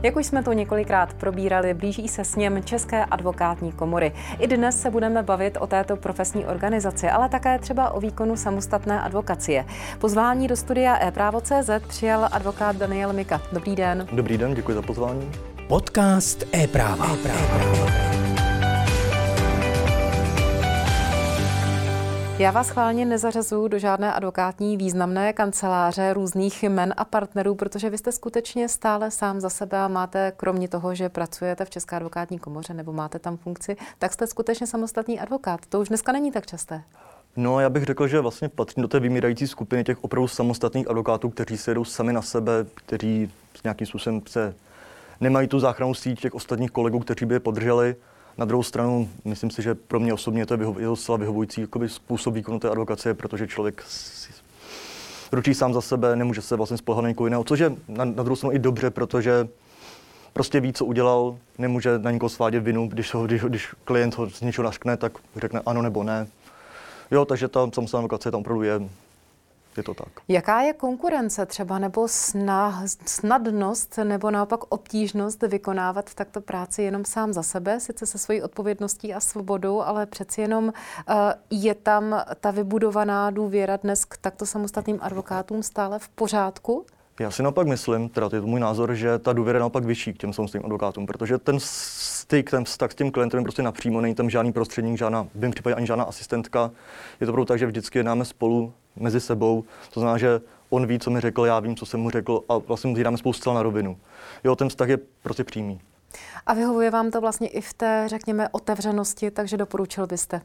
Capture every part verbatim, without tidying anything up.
Jak už jsme to několikrát probírali, blíží se sněm České advokátní komory. I dnes se budeme bavit o této profesní organizaci, ale také třeba o výkonu samostatné advokacie. Pozvání do studia ePrávo tečka cé zet přijal advokát Daniel Mika. Dobrý den. Dobrý den, děkuji za pozvání. Podcast ePráva. Já vás chválně nezařazuju do žádné advokátní významné kanceláře různých jmen a partnerů, protože vy jste skutečně stále sám za sebe a máte, kromě toho, že pracujete v České advokátní komoře nebo máte tam funkci, tak jste skutečně samostatný advokát. To už dneska není tak časté. No, já bych řekl, že vlastně patřím do té vymírající skupiny těch opravdu samostatných advokátů, kteří se jedou sami na sebe, kteří s nějakým způsobem se nemají tu záchrannou síť těch ostatních kolegů, kteří by je podrželi. Na druhou stranu, myslím si, že pro mě osobně to je vyho- zcela vyhovující jakoby způsob výkonu té advokacie, protože člověk si ručí sám za sebe, nemůže se vlastně spoléhat na někoho jiného, což je na, na druhou stranu i dobře, protože prostě ví, co udělal, nemůže na někoho svádět vinu, když, ho, když, když klient ho z něčeho naškne, tak řekne ano nebo ne. Jo, takže ta samostatná advokacie tam opravdu je. Je to tak. Jaká je konkurence třeba nebo sna, snadnost nebo naopak obtížnost vykonávat takto práci jenom sám za sebe, sice se svojí odpovědností a svobodou, ale přeci jenom uh, je tam ta vybudovaná důvěra dnes k takto samostatným advokátům stále v pořádku? Já si naopak myslím, teda to je to můj názor, že ta důvěra je naopak vyšší k těm samostatným advokátům, protože ten styk, ten vztah s tím klientem je prostě napřímo, není tam žádný prostředník, žádná, v mém případě ani žádná asistentka. Je to opravdu tak, že vždycky jednáme spolu mezi sebou, to znamená, že on ví, co mi řekl, já vím, co jsem mu řekl a vlastně mu jdeme spolu zcela na rovinu. Jo, ten vztah je prostě přímý. A vyhovuje vám to vlastně i v té, řekněme, otevřenosti, takže doporučil byste?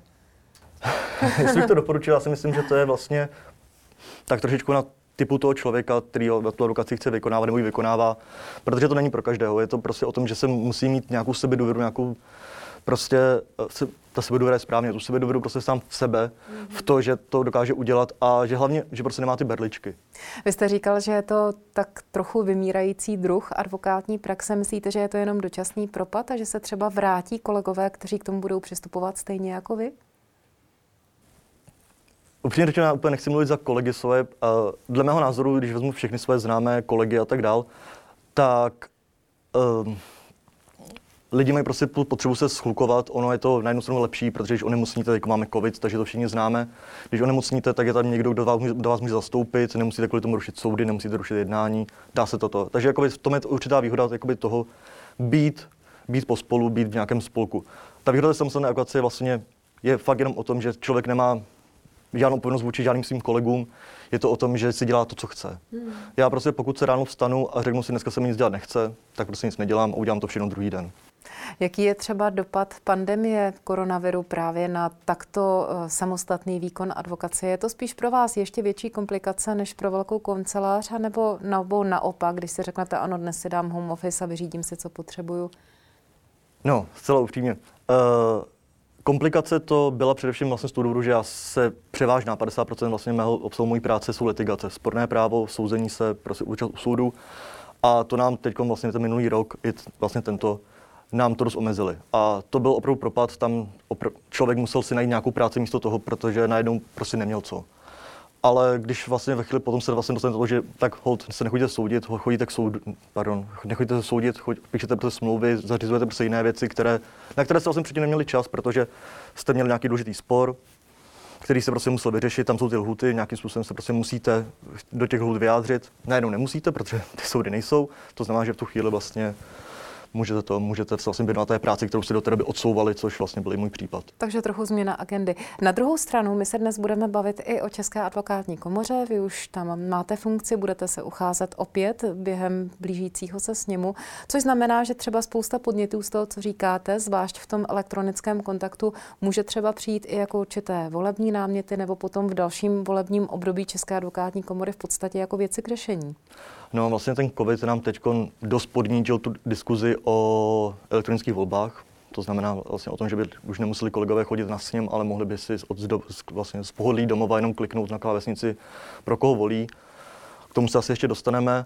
Jestli bych to doporučil, já si myslím, že to je vlastně tak trošičku na typu toho člověka, který tu advokaci chce vykonávat nebo ji vykonává, protože to není pro každého. Je to prostě o tom, že se musí mít nějakou sebedůvěru, nějakou prostě, ta sebedůvěra je správně, tu sebedůvěru prostě sám v sebe, mm-hmm. v to, že to dokáže udělat a že hlavně, že prostě nemá ty berličky. Vy jste říkal, že je to tak trochu vymírající druh advokátní praxe. Myslíte, že je to jenom dočasný propad a že se třeba vrátí kolegové, kteří k tomu budou přistupovat stejně jako vy? Upřímně řečeno, já úplně nechci mluvit za kolegy svoje. Dle mého názoru, když vezmu všechny své známé kolegy a tak dál, tak um, lidi mají prostě potřebu se schlukovat. Ono je to na jednu stranu lepší, protože když onemocníte, jako máme covid, takže to všichni známe. Když onemocníte, tak je tam někdo, kdo vás, kdo vás může zastoupit, nemusíte kvůli tomu rušit soudy, nemusíte rušit jednání, dá se toto. Takže jakoby, v tom je určitá výhoda jakoby, toho být, být pospolu, být v nějakém spolku. Ta výhoda samostatné advokacie vlastně je fakt jenom o tom, že člověk nemá žádnou povinnost vůči žádným svým kolegům, je to o tom, že si dělá to, co chce. Hmm. Já prostě pokud se ráno vstanu a řeknu si, dneska se mi nic dělat nechce, tak prostě nic nedělám a udělám to všechno druhý den. Jaký je třeba dopad pandemie koronaviru právě na takto uh, samostatný výkon advokacie? Je to spíš pro vás ještě větší komplikace než pro velkou kancelář, nebo naopak, když si řeknete, ano, dnes si dám home office a vyřídím si, co potřebuju? No, zcela upřímně. Uh, Komplikace to byla především vlastně z toho důvodu, že já se převážná padesát procent vlastně mého obsahu mojí práce jsou litigace, sporné právo, souzení se, prostě účast u soudu a to nám teď vlastně ten minulý rok i vlastně tento nám to dost omezili. A to byl opravdu propad, tam opr- člověk musel si najít nějakou práci místo toho, protože najednou prostě neměl co. Ale když vlastně ve chvíli potom se vlastně dostane do toho, že tak hold, se nechodíte soudit, chodíte k soudu, pardon, nechodíte se soudit, chod, píšete prostě smlouvy, zařizujete prostě jiné věci, které, na které jste vlastně předtím neměli čas, protože jste měli nějaký důležitý spor, který se prostě musel vyřešit, tam jsou ty lhuty, nějakým způsobem se prostě musíte do těch lhut vyjádřit. Najednou nemusíte, protože ty soudy nejsou, to znamená, že v tu chvíli vlastně můžete to, můžete se vlastně věnovat té práci, kterou si do té doby odsouvali, což vlastně byl i můj případ. Takže trochu změna agendy. Na druhou stranu, my se dnes budeme bavit i o České advokátní komoře. Vy už tam máte funkci, budete se ucházet opět během blížícího se sněmu, což znamená, že třeba spousta podnětů z toho, co říkáte, zvlášť v tom elektronickém kontaktu, může třeba přijít i jako určité volební náměty nebo potom v dalším volebním období České advokátní komory v podstatě jako věci k řešení. No vlastně ten covid nám teď dost podnítil tu diskuzi o elektronických volbách. To znamená vlastně o tom, že by už nemuseli kolegové chodit na sněm, ale mohli by si od, vlastně z pohodlí domova jenom kliknout na klávesnici, pro koho volí. K tomu se asi ještě dostaneme.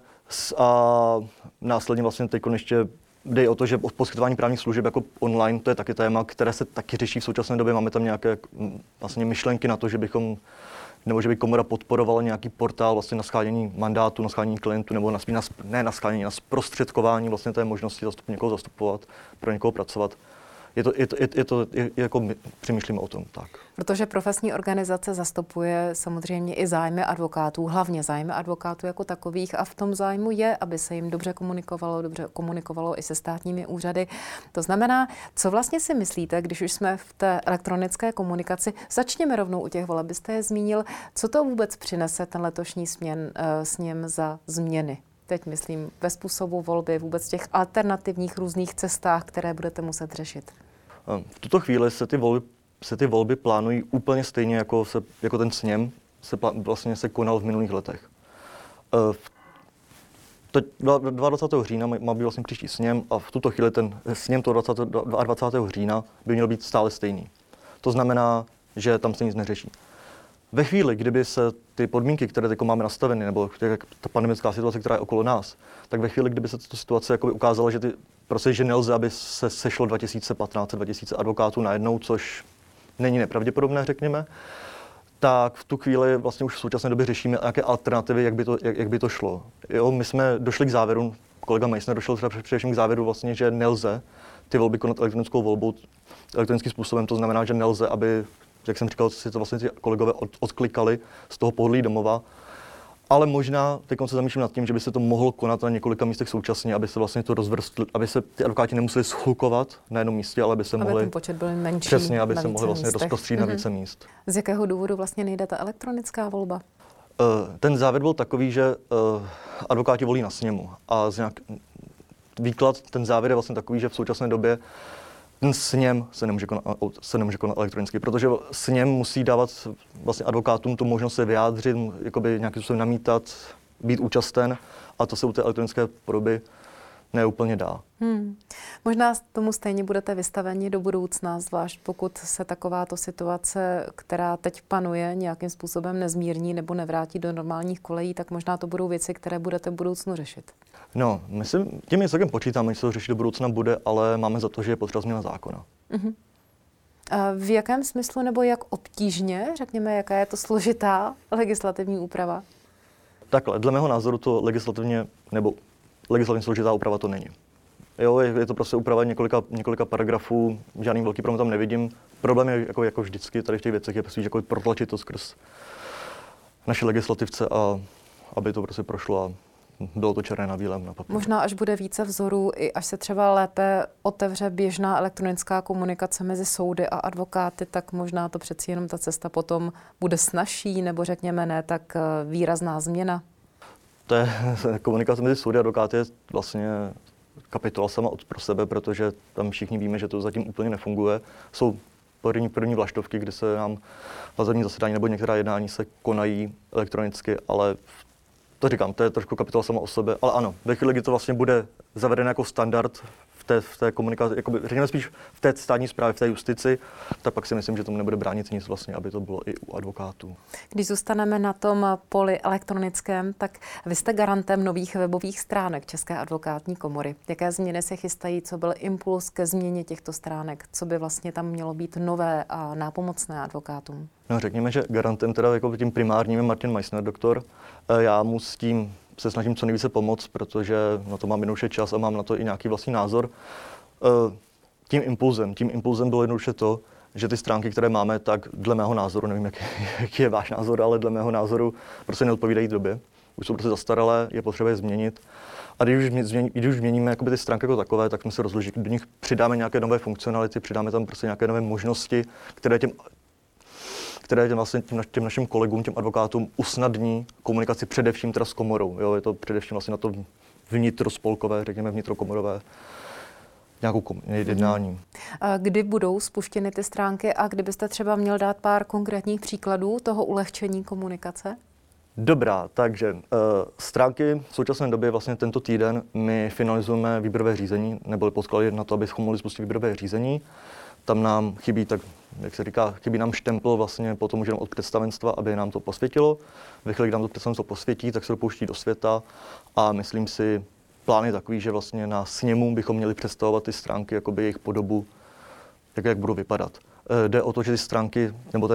A následně vlastně teď ještě jde o to, že poskytování právních služeb jako online, to je taky téma, které se taky řeší v současné době. Máme tam nějaké vlastně myšlenky na to, že bychom nebo že by komora podporovala nějaký portál vlastně na schánění mandátu, na schánění klientů, nebo na, na, ne na schánění, na zprostředkování vlastně té možnosti zastup, někoho zastupovat, pro někoho pracovat. Je to, je to, je, je to je, je jako my přemýšlíme o tom, tak. Protože profesní organizace zastupuje samozřejmě i zájmy advokátů, hlavně zájmy advokátů jako takových a v tom zájmu je, aby se jim dobře komunikovalo, dobře komunikovalo i se státními úřady. To znamená, co vlastně si myslíte, když už jsme v té elektronické komunikaci, začněme rovnou u těch voleb, byste je zmínil, co to vůbec přinese ten letošní směn, sněm za změny? Teď myslím ve způsobu volby, vůbec těch alternativních různých cestách, které budete muset řešit. V tuto chvíli se ty volby, se ty volby plánují úplně stejně jako, se, jako ten sněm se plán, vlastně se konal v minulých letech. Teď dvacátého října má být vlastně příští sněm a v tuto chvíli ten sněm toho dvacátého dvacátého října by měl být stále stejný. To znamená, že tam se nic neřeší. Ve chvíli, kdyby se ty podmínky, které teď máme nastaveny, nebo ta pandemická situace, která je okolo nás, tak ve chvíli, kdyby se tato situace jakoby ukázala, že, ty, prostě, že nelze, aby se sešlo dva tisíce patnáct, dva tisíce advokátů najednou, což není nepravděpodobné, řekněme, tak v tu chvíli vlastně už v současné době řešíme nějaké alternativy, jak by to, jak, jak by to šlo. Jo, my jsme došli k závěru, kolega Meissner došel třeba především k závěru vlastně, že nelze ty volby konat elektronickou volbou, elektronickým způsobem, to znamená, že nelze, aby, jak jsem říkal, si to vlastně ty kolegové od, odklikali z toho pohodlí domova. Ale možná teď se zamýšlím nad tím, že by se to mohlo konat na několika místech současně, aby se vlastně to rozvrstlo, aby se ty advokáti nemuseli shlukovat na jednom místě, ale aby se aby mohli ten počet byl menší. Přesně, aby se mohli vlastně rozprostřít mm-hmm. na více míst. Z jakého důvodu vlastně nejde ta elektronická volba? Uh, ten závěr byl takový, že uh, advokáti volí na sněmu a z nějak výklad, ten závěr je vlastně takový, že v současné době ten sněm se nemůže konat, se nemůže konat elektronicky, protože sněm musí dávat vlastně advokátům tu možnost se vyjádřit, jakoby nějakým způsobem namítat, být účasten a to se u té elektronické podoby neúplně dá. Hmm. Možná tomu stejně budete vystaveni do budoucna, zvlášť pokud se takováto situace, která teď panuje, nějakým způsobem nezmírní nebo nevrátí do normálních kolejí, tak možná to budou věci, které budete v budoucnu řešit. No, myslím, tím celkem počítáme, že se to řešit do budoucna bude, ale máme za to, že je potřeba změna zákona. Uh-huh. A v jakém smyslu nebo jak obtížně, řekněme, jaká je to složitá legislativní úprava? Takhle, dle mého názoru to legislativně nebo legislativně složitá úprava to není. Jo, je, je to prostě úprava několika, několika paragrafů, žádný velký problém tam nevidím. Problém je jako, jako vždycky tady v těch věcech je prostě jako protlačit to skrz naše legislativce a aby to prostě prošlo a bylo to černé na bílém na papíře. Možná až bude více vzorů, i až se třeba lépe otevře běžná elektronická komunikace mezi soudy a advokáty, tak možná to přeci jenom ta cesta potom bude snazší, nebo řekněme ne tak výrazná změna. To je, komunikace mezi soudy a advokáty je vlastně kapitola sama od pro sebe, protože tam všichni víme, že to zatím úplně nefunguje. Jsou první, první vlaštovky, kdy se nám vazební zasedání nebo některá jednání se konají elektronicky, ale to říkám, to je trošku kapitola sama o sebe, ale ano, ve chvíli, kdy to vlastně bude zavedeno jako standard v té, v té komunikaci, jakoby, řekněme spíš v té státní správě, v té justici, tak pak si myslím, že tomu nebude bránit nic vlastně, aby to bylo i u advokátů. Když zůstaneme na tom poli elektronickém, tak vy jste garantem nových webových stránek České advokátní komory. Jaké změny se chystají, co byl impuls ke změně těchto stránek, co by vlastně tam mělo být nové a nápomocné advokátům? No, řekněme, že garantem teda jako tím primárním je Martin Meissner, doktor. Já mu s tím se snažím co nejvíce pomoct, protože na to mám jednoduše čas a mám na to i nějaký vlastní názor. Tím impulzem, tím impulzem bylo jednoduše to, že ty stránky, které máme, tak dle mého názoru, nevím, jaký, jaký je váš názor, ale dle mého názoru prostě neodpovídají době. Už jsou prostě zastaralé, je potřeba je změnit. A když už, změní, když už změníme jakoby ty stránky jako takové, tak jsme se rozhodli, že do nich přidáme nějaké nové funkcionality, přidáme tam prostě nějaké nové možnosti, které těm které těm, vlastně, těm, těm našim kolegům, těm advokátům usnadní komunikaci především teda s komorou. Jo, je to především vlastně na to vnitrospolkové, řekněme vnitrokomorové nějakou kom- jednání. Kdy budou spuštěny ty stránky a kdybyste třeba měl dát pár konkrétních příkladů toho ulehčení komunikace? Dobrá, takže uh, stránky v současné době vlastně tento týden my finalizujeme výběrové řízení, neboli podklady na to, abychom mohli spustit výběrové řízení. Tam nám chybí, tak jak se říká, chybí nám štempl vlastně potom už jenom od představenstva, aby nám to posvětilo. Ve chvíli, kdy nám to představenstvo posvětí, tak se to pouští do světa a myslím si, plán je takový, že vlastně na sněmu bychom měli představovat ty stránky, jakoby jejich podobu, jak, jak budou vypadat. E, jde o to, že ty stránky, nebo ten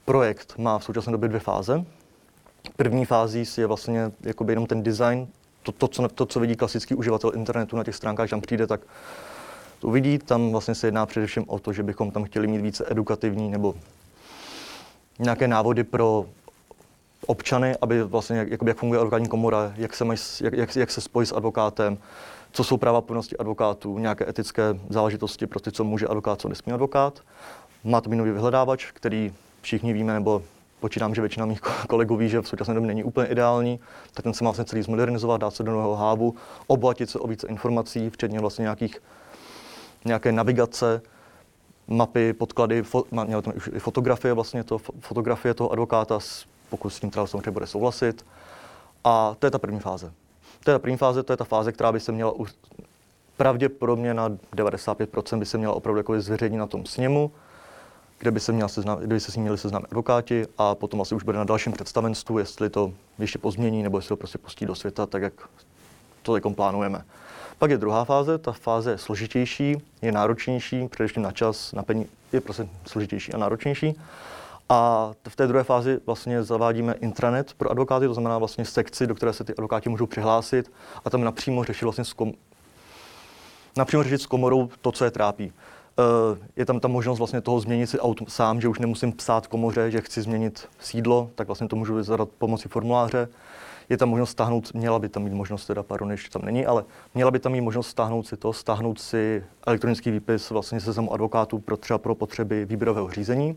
projekt má v současné době dvě fáze. První fází je vlastně jakoby jenom ten design, to, to, co, to, co vidí klasický uživatel internetu na těch stránkách, když tam přijde, tak to uvidí. Tam vlastně se jedná především o to, že bychom tam chtěli mít více edukativní nebo nějaké návody pro občany, aby vlastně jak, jakoby, jak funguje advokátní komora, jak se, maj, jak, jak, jak se spojí s advokátem, co jsou práva a povinnosti advokátů, nějaké etické záležitosti pro ty, co může advokát, co nesmí advokát. Má to být nový vyhledávač, který všichni víme, nebo počítám, že většina mých kolegů ví, že v současné době není úplně ideální, tak ten se má vlastně celý zmodernizovat, dát se do nového hávu, obohatit se o více informací, včetně vlastně nějakých, nějaké navigace, mapy, podklady, fo, mělo tam i fotografie vlastně, to, fotografie toho advokáta, pokud s tím třeba samozřejmě bude souhlasit. A to je ta první fáze. To je ta první fáze, to je ta fáze, která by se měla u, pravděpodobně na devadesát pět procent by se měla opravdu jako zveřejnit na tom sněmu, kde by se, měla seznam, kde by se s ním měli seznámit advokáti a potom asi už bude na dalším představenstvu, jestli to ještě pozmění nebo jestli to prostě pustí do světa, tak jak to takom plánujeme. Pak je druhá fáze, ta fáze je složitější, je náročnější, především na čas, na peníze, je prostě složitější a náročnější. A v té druhé fázi vlastně zavádíme intranet pro advokáty, to znamená vlastně sekci, do které se ty advokáti můžou přihlásit a tam napřímo řešit vlastně s kom... napřímo řešit s komorou to, co je trápí. Je tam ta možnost vlastně toho změnit si auto sám, že už nemusím psát komoře, že chci změnit sídlo, tak vlastně to můžu zadat pomocí formuláře. Je tam možnost stáhnout, měla by tam mít možnost, teda pardon, ještě tam není, ale měla by tam mít možnost stáhnout si to, stáhnout si elektronický výpis vlastně se seznamu advokátů pro třeba pro potřeby výběrového řízení.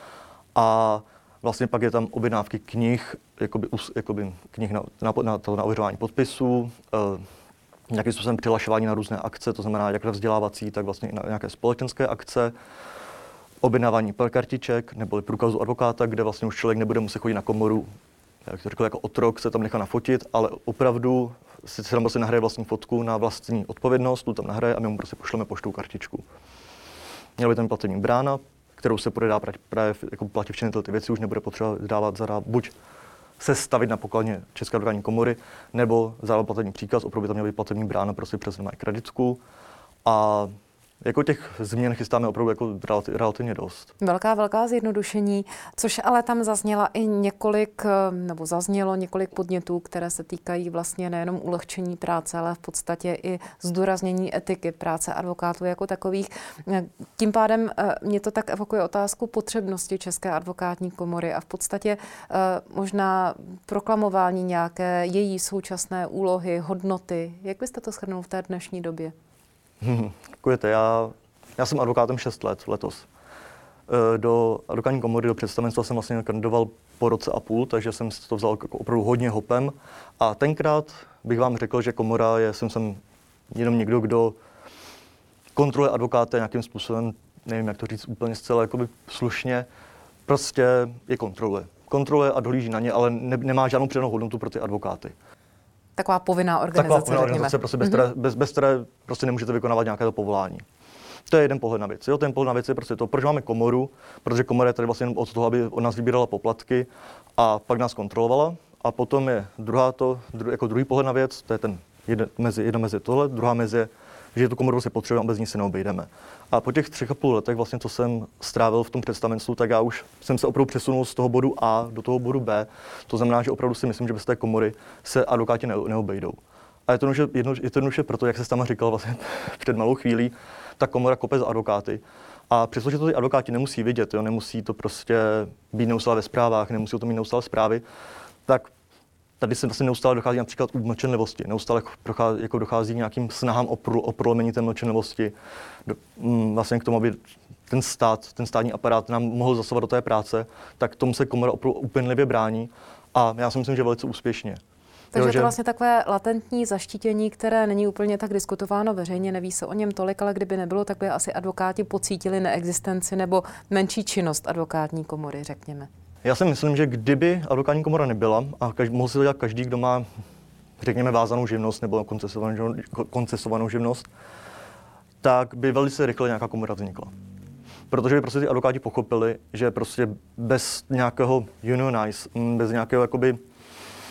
A vlastně pak je tam objednávky knih, jakoby, jakoby knih na, na, na, to, na ověřování podpisů, eh, nějakým způsobem přihlašování na různé akce, to znamená jak na vzdělávací, tak vlastně i na nějaké společenské akce, objednávání kartiček nebo průkazu advokáta, kde vlastně už člověk nebude muset chodit na komoru, jak to řekl, jako otrok se tam nechá nafotit, ale opravdu si tam prostě nahraje vlastní fotku na vlastní odpovědnost, tu tam nahraje a my mu prostě pošleme poštou kartičku. Měla by tam platební brána, kterou se bude dát právě jako platit všechny ty věci, už nebude potřeba dávat zadá buď se stavit na pokladně České advokátní komory, nebo zadat platební příkaz, opravdu by tam měla být platební brána prostě přes kreditku. A jako těch změn chystáme opravdu jako relativně dost. Velká, velká zjednodušení, což ale tam zazněla i několik, nebo zaznělo několik podnětů, které se týkají vlastně nejenom ulehčení práce, ale v podstatě i zdůraznění etiky práce advokátů jako takových. Tím pádem mě to tak evokuje otázku potřebnosti České advokátní komory a v podstatě možná proklamování nějaké její současné úlohy, hodnoty. Jak byste to shrnul v té dnešní době? Hmm, děkujete. Já, já jsem advokátem šest let letos. Do advokátní komory, do představenstva jsem vlastně kandidoval po roce a půl, takže jsem to vzal jako opravdu hodně hopem. A tenkrát bych vám řekl, že komora je, jsem, jsem jenom někdo, kdo kontroluje advokáty nějakým způsobem, nevím, jak to říct úplně zcela jakoby slušně, prostě je kontroluje. Kontroluje a dohlíží na ně, ale ne, nemá žádnou přidanou hodnotu pro ty advokáty. Taková povinná organizace, Taková povinná organizace, prostě bez, které, bez, bez které prostě nemůžete vykonávat nějaké to povolání. To je jeden pohled na věc. Jo? Ten pohled na věc je prostě to, proč máme komoru, protože komora je tady vlastně jenom od toho, aby od nás vybírala poplatky a pak nás kontrolovala. A potom je druhá to, dru, jako druhý pohled na věc, to je ten jeden mezi, jedna mezi tohle, druhá mezi je, že tu komoru si potřebujeme a bez ní se neobejdeme. A po těch třech a půl letech, vlastně, co jsem strávil v tom představenstvu, tak já už jsem se opravdu přesunul z toho bodu A do toho bodu B. To znamená, že opravdu si myslím, že bez té komory se advokáti neobejdou. A je to jednoduše proto, jak se tam říkal vlastně před malou chvílí, ta komora kope za advokáty. A přestože to ty advokáti nemusí vidět, jo, nemusí to prostě být neustále ve zprávách, nemusí to mít neustále zprávy, tak tady se vlastně neustále dochází například u mlčenlivosti. Neustále dochází, jako dochází k nějakým snahám o, pro, o prolomení té mlčenlivosti. Do, m, vlastně k tomu, aby ten stát, ten státní aparát nám mohl zasahovat do té práce, tak tomu se komora opravdu úpěnlivě brání. A já si myslím, že velice úspěšně. Takže jo, to vlastně takové latentní zaštítění, které není úplně tak diskutováno veřejně, neví se o něm tolik, ale kdyby nebylo, tak by asi advokáti pocítili neexistenci nebo menší činnost advokátní komory, řekněme. Já si myslím, že kdyby advokátní komora nebyla a každý, mohl si to dělat každý, kdo má, řekněme, vázanou živnost nebo koncesovanou, koncesovanou živnost, tak by velice rychle nějaká komora vznikla. Protože by prostě ty advokáti pochopili, že prostě bez nějakého unionize, bez nějakého jakoby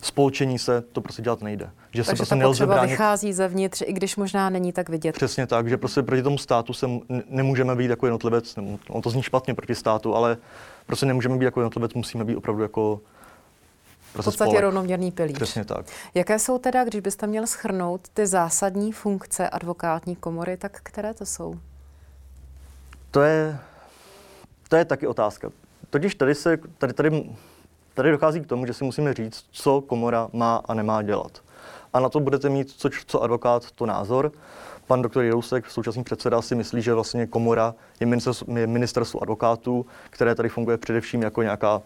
spolčení se, to prostě dělat nejde. Že Takže se prostě ta nelze potřeba bránit. vychází zevnitř, i když možná není tak vidět. Přesně tak, že prostě proti tomu státu se m- nemůžeme být jako jednotlivec, nebo on to zní špatně proti státu, ale prostě nemůžeme být jako jednotlivec, musíme být opravdu jako prostě v podstatě spolek. rovnoměrný pilíř. Přesně tak. Jaké jsou teda, když byste měl shrnout ty zásadní funkce advokátní komory, tak které to jsou? To je, to je taky otázka. Totiž tady, se, tady, tady, tady dochází k tomu, že si musíme říct, co komora má a nemá dělat. A na to budete mít, co, co advokát, to názor. Pan doktor Jirousek, současný předseda, si myslí, že vlastně komora je ministerstvo, je ministerstvo advokátů, které tady funguje především jako nějaká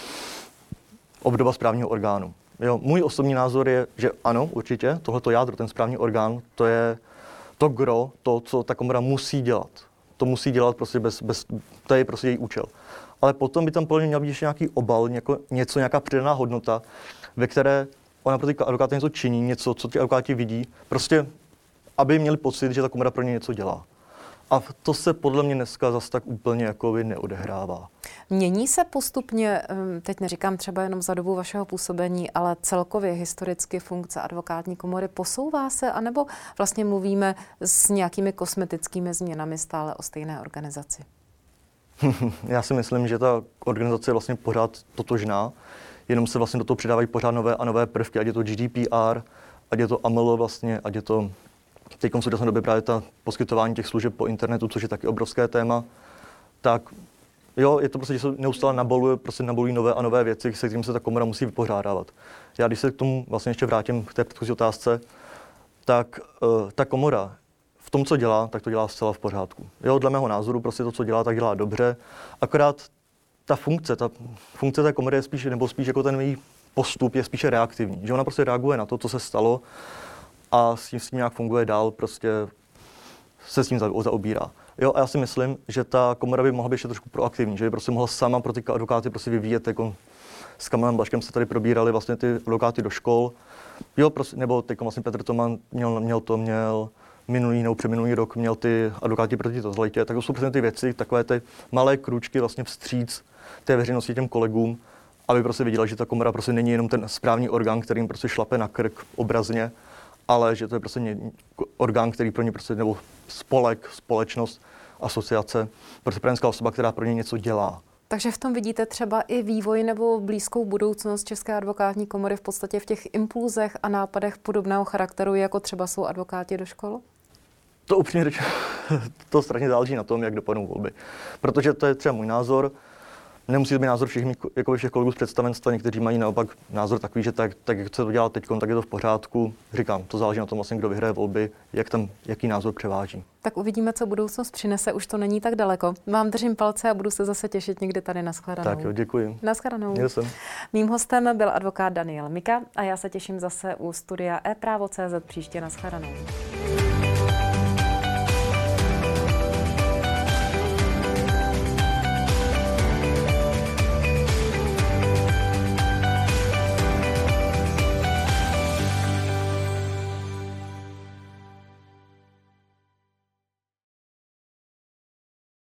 obdoba správního orgánu. Jo, můj osobní názor je, že ano, určitě, tohleto jádro, ten správní orgán, to je to gro, to, co ta komora musí dělat. To musí dělat prostě bez, bez, to je prostě její účel. Ale potom by tam podle mě měl být ještě nějaký obal, něko, něco, nějaká přidaná hodnota, ve které ona pro ty advokáty něco činí, něco, co ti advokáti vidí, prostě, aby měli pocit, že ta komora pro ně něco dělá. A to se podle mě dneska zase tak úplně jako by neodehrává. Mění se postupně, teď neříkám třeba jenom za dobu vašeho působení, ale celkově historicky funkce advokátní komory posouvá se, anebo vlastně mluvíme s nějakými kosmetickými změnami stále o stejné organizaci? Já si myslím, že ta organizace je vlastně pořád totožná, jenom se vlastně do toho přidávají pořád nové a nové prvky, ať je to G D P R, ať je to A M L vlastně, ať je to teď v současné době právě ta poskytování těch služeb po internetu, což je taky obrovské téma, tak jo, je to prostě, že se neustále nabaluje, prostě nabalují nové a nové věci, se kterými se ta komora musí vypořádávat. Já když se k tomu vlastně ještě vrátím k té předchozí otázce, tak uh, ta komora v tom, co dělá, tak to dělá zcela v pořádku. Jo, dle mého názoru prostě to, co dělá, tak dělá dobře, akorát ta funkce, ta funkce té komory je spíš, nebo spíš jako ten její postup je spíše reaktivní, že ona prostě reaguje na to, co se stalo a s tím, s tím nějak funguje dál, prostě se s tím zaobírá. Jo, a já si myslím, že ta komora by mohla být ještě trošku proaktivní, že by prostě mohla sama pro ty advokáty prostě vyvíjet, jako s Kamilem Blažkem se tady probírali vlastně ty advokáty do škol. Jo, prostě, nebo teď vlastně Petr Toman měl, měl to, měl minulý nebo předminulý rok, měl ty advokáti proti totalitě, tak to jsou přesně ty věci, takové ty malé krůčky vlastně vstříc té veřejnosti těm kolegům, aby prostě viděla, že ta komora prostě není jenom ten správní orgán, kterým prostě šlape na krk obrazně, ale že to je prostě orgán, který pro ně prostě, nebo spolek, společnost, asociace, prostě právnická osoba, která pro ně něco dělá. Takže v tom vidíte třeba i vývoj nebo blízkou budoucnost České advokátní komory v podstatě v těch impulzech a nápadech podobného charakteru, jako třeba jsou advokáti do škol? To upřímně řečeno, to strašně záleží na tom, jak dopadnou volby. Protože to je třeba můj názor. Nemusí to být názor všech, jako všech kolegů z představenstva, někteří mají naopak názor takový, že tak, tak jak se to dělá teď, tak je to v pořádku. Říkám, to záleží na tom, vlastně, kdo vyhraje volby, jak tam, jaký názor převáží. Tak uvidíme, co budoucnost přinese, už to není tak daleko. Vám držím palce a budu se zase těšit někdy tady na shledanou. Tak jo, děkuji. Na shledanou. Mým hostem byl advokát Daniel Mika a já se těším zase u studia e právo tečka cé zet příště na shledanou.